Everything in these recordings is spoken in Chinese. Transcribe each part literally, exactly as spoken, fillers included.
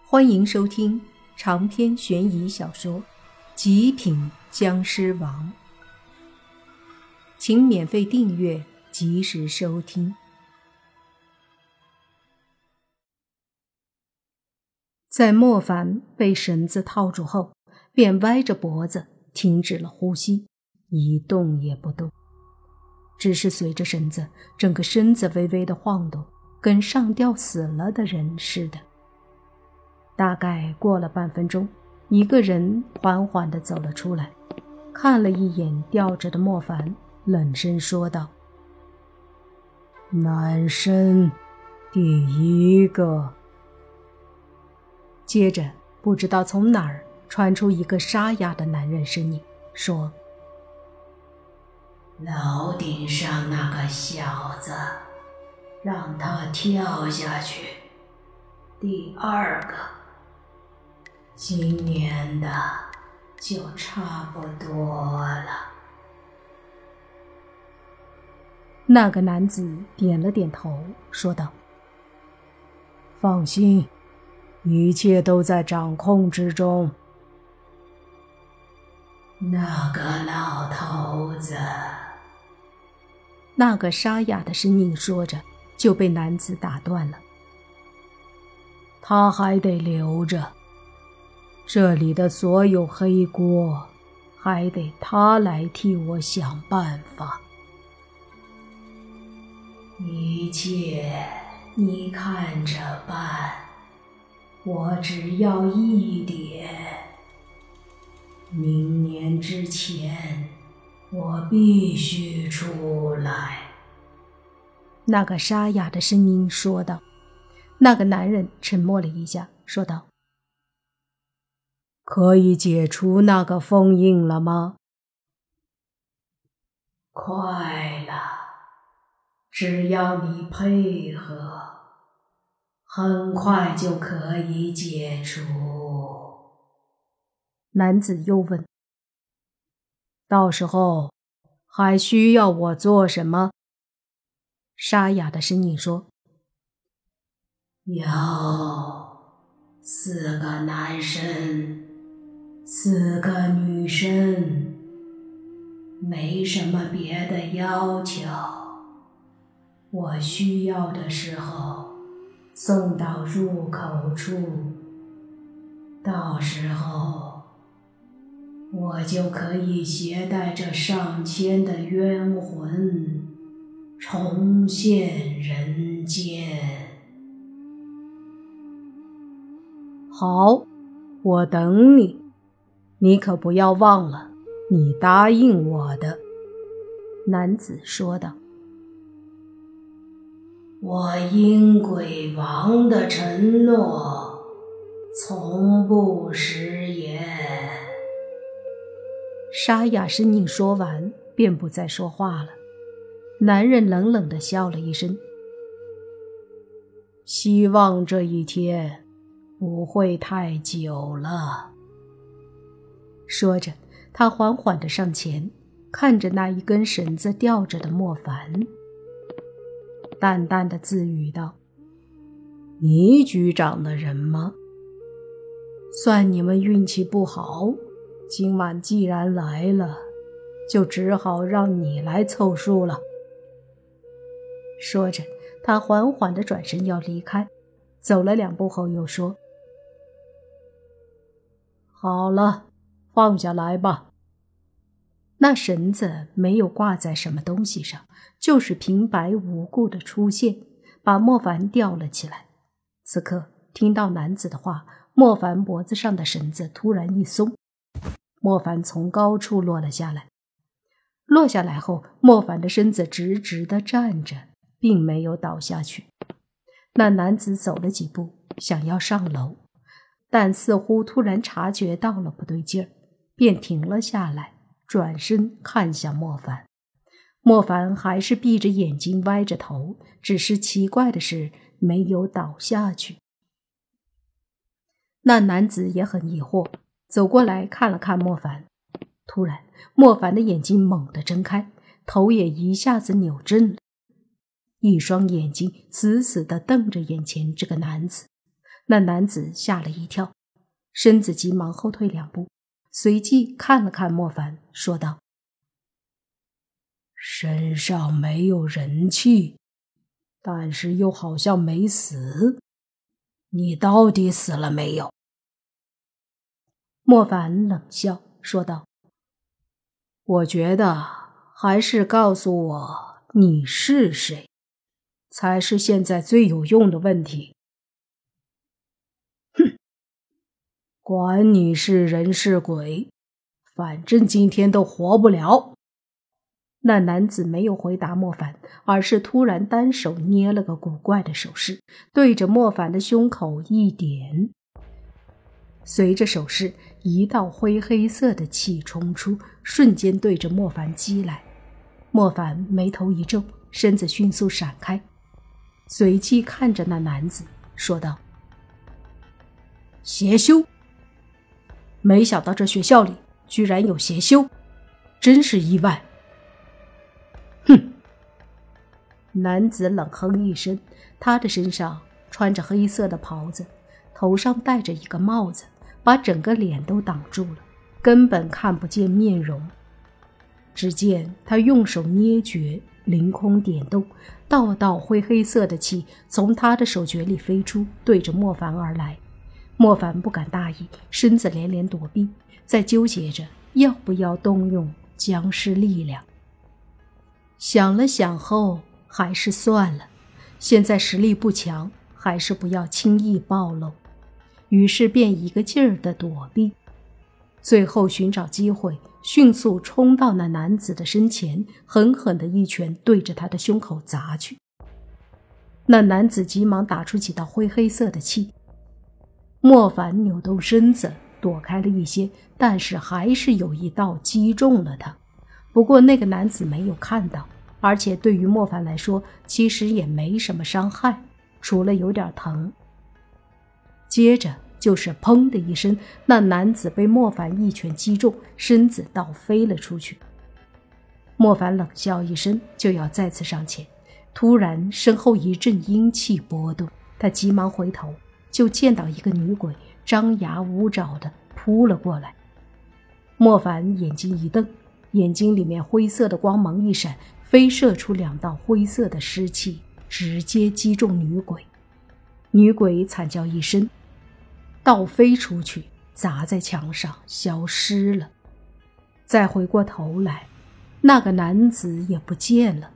欢迎收听长篇悬疑小说《极品僵尸王》，请免费订阅，及时收听。在莫凡被绳子套住后，便歪着脖子停止了呼吸，一动也不动，只是随着绳子整个身子微微的晃动，跟上吊死了的人似的。大概过了半分钟，一个人缓缓地走了出来，看了一眼吊着的莫凡，冷声说道：男生第一个。接着不知道从哪儿传出一个沙哑的男人声音，说： 楼顶上那个小子，让他跳下去。第二个，今年的就差不多了。 那个男子点了点头，说道：放心，一切都在掌控之中。 那个老头子， 那个沙哑的声音说着，就被男子打断了。他还得留着，这里的所有黑锅还得他来替我想办法。 一切你看着办，我只要一点，明年之前我必须出来。 那个沙哑的声音说道。那个男人沉默了一下，说道：可以解除那个封印了吗？ 快了，只要你配合，很快就可以解除。 男子又问：到时候还需要我做什么？沙哑的声音说： 要四个男生，四个女生，没什么别的要求。我需要的时候送到入口处，到时候我就可以携带着上千的冤魂重现人间。 好，我等你，你可不要忘了你答应我的。男子说道。 我阴鬼王的承诺从不食言。 沙哑声音说完便不再说话了。男人冷冷地笑了一声，希望这一天不会太久了。说着，他缓缓地上前，看着那一根绳子吊着的莫凡，淡淡地自语道：你局长的人吗？算你们运气不好，今晚既然来了，就只好让你来凑数了。说着，他缓缓地转身要离开，走了两步后又说：好了，放下来吧。那绳子没有挂在什么东西上，就是平白无故的出现，把莫凡吊了起来。此刻听到男子的话，莫凡脖子上的绳子突然一松，莫凡从高处落了下来。落下来后，莫凡的身子直直地站着，并没有倒下去。那男子走了几步，想要上楼，但似乎突然察觉到了不对劲儿，便停了下来，转身看向莫凡。莫凡还是闭着眼睛歪着头，只是奇怪的是没有倒下去。那男子也很疑惑，走过来看了看莫凡。突然，莫凡的眼睛猛地睁开，头也一下子扭正了，一双眼睛死死地瞪着眼前这个男子， 那男子吓了一跳，身子急忙后退两步，随即看了看莫凡，说道： 身上没有人气，但是又好像没死，你到底死了没有？ 莫凡冷笑说道： 我觉得还是告诉我你是谁，才是现在最有用的问题。哼，管你是人是鬼，反正今天都活不了。 那男子没有回答莫凡，而是突然单手捏了个古怪的手势，对着莫凡的胸口一点。随着手势，一道灰黑色的气冲出，瞬间对着莫凡击来。莫凡眉头一皱，身子迅速闪开，随即看着那男子说道： 邪修，没想到这学校里居然有邪修，真是意外。 哼！男子冷哼一声，他的身上穿着黑色的袍子，头上戴着一个帽子，把整个脸都挡住了，根本看不见面容。只见他用手捏诀，凌空点动，道道灰黑色的气从他的手诀里飞出，对着莫凡而来。莫凡不敢大意，身子连连躲避，在纠结着要不要动用僵尸力量。想了想后，还是算了，现在实力不强，还是不要轻易暴露。于是便一个劲儿地躲避，最后寻找机会，迅速冲到那男子的身前，狠狠地一拳对着他的胸口砸去。那男子急忙打出几道灰黑色的气，莫凡扭动身子躲开了一些，但是还是有一道击中了他。不过那个男子没有看到，而且对于莫凡来说其实也没什么伤害，除了有点疼。接着就是砰的一声，那男子被莫凡一拳击中，身子倒飞了出去。莫凡冷笑一声，就要再次上前，突然身后一阵阴气波动，他急忙回头，就见到一个女鬼张牙舞爪地扑了过来。莫凡眼睛一瞪，眼睛里面灰色的光芒一闪，飞射出两道灰色的尸气，直接击中女鬼。女鬼惨叫一声，倒飞出去，砸在墙上消失了。再回过头来，那个男子也不见了。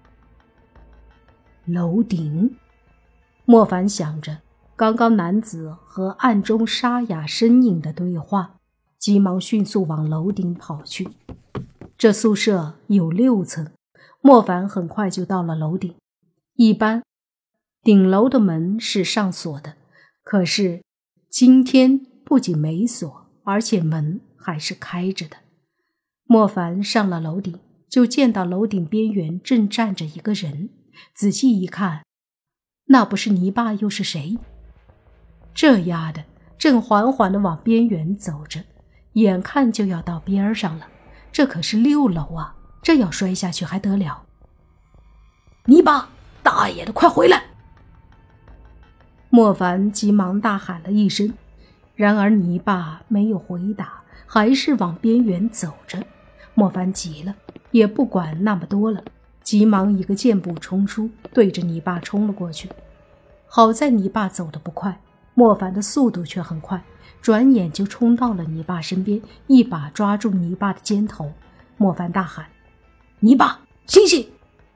楼顶，莫凡想着刚刚男子和暗中沙哑身影的对话，急忙迅速往楼顶跑去。这宿舍有六层，莫凡很快就到了楼顶。一般顶楼的门是上锁的，可是今天不仅没锁，而且门还是开着的。莫凡上了楼顶，就见到楼顶边缘正站着一个人，仔细一看，那不是泥巴又是谁？这丫的正缓缓地往边缘走着，眼看就要到边上了。这可是六楼啊，这要摔下去还得了？ 泥巴，大爷的，快回来！ 莫凡急忙大喊了一声，然而泥巴没有回答，还是往边缘走着。莫凡急了，也不管那么多了，急忙一个箭步冲出，对着泥巴冲了过去。好在泥巴走得不快，莫凡的速度却很快，转眼就冲到了泥巴身边，一把抓住泥巴的肩头。莫凡大喊：泥巴，醒醒！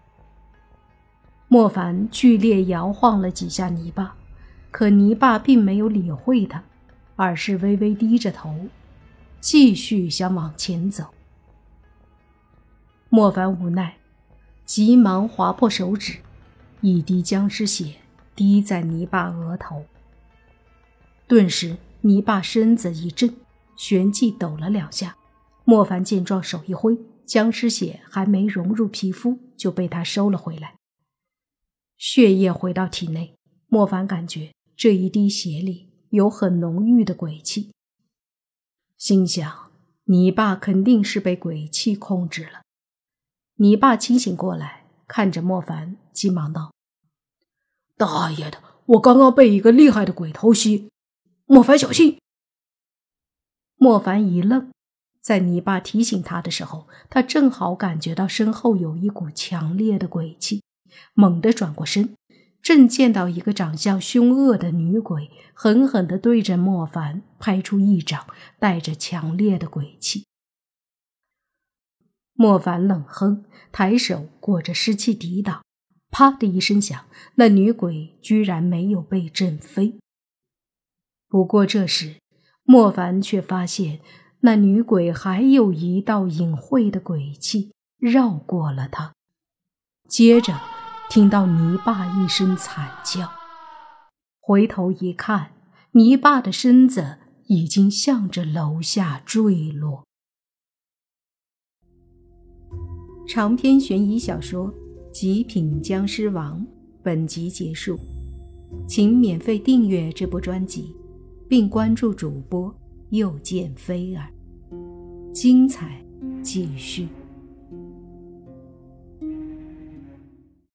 莫凡剧烈摇晃了几下泥巴，可泥巴并没有理会他，而是微微低着头，继续想往前走。莫凡无奈，急忙划破手指，一滴僵尸血滴在泥巴额头。顿时泥巴身子一震，旋即抖了两下。莫凡见状手一挥，僵尸血还没融入皮肤就被他收了回来。血液回到体内，莫凡感觉这一滴血里有很浓郁的鬼气，心想泥巴肯定是被鬼气控制了。泥巴清醒过来，看着莫凡，急忙道： 大爷的， 我刚刚被一个厉害的鬼偷袭，莫凡小心！” 莫凡一愣，在泥巴提醒他的时候，他正好感觉到身后有一股强烈的鬼气，猛地转过身，正见到一个长相凶恶的女鬼狠狠地对着莫凡拍出一掌，带着强烈的鬼气。莫凡冷哼，抬手裹着湿气抵挡，啪的一声响，那女鬼居然没有被震飞。不过这时莫凡却发现那女鬼还有一道隐晦的鬼气绕过了她，接着听到泥巴一声惨叫，回头一看，泥巴的身子已经向着楼下坠落。长篇悬疑小说《极品僵尸王》本集结束，请免费订阅这部专辑，并关注主播又见菲儿，精彩继续。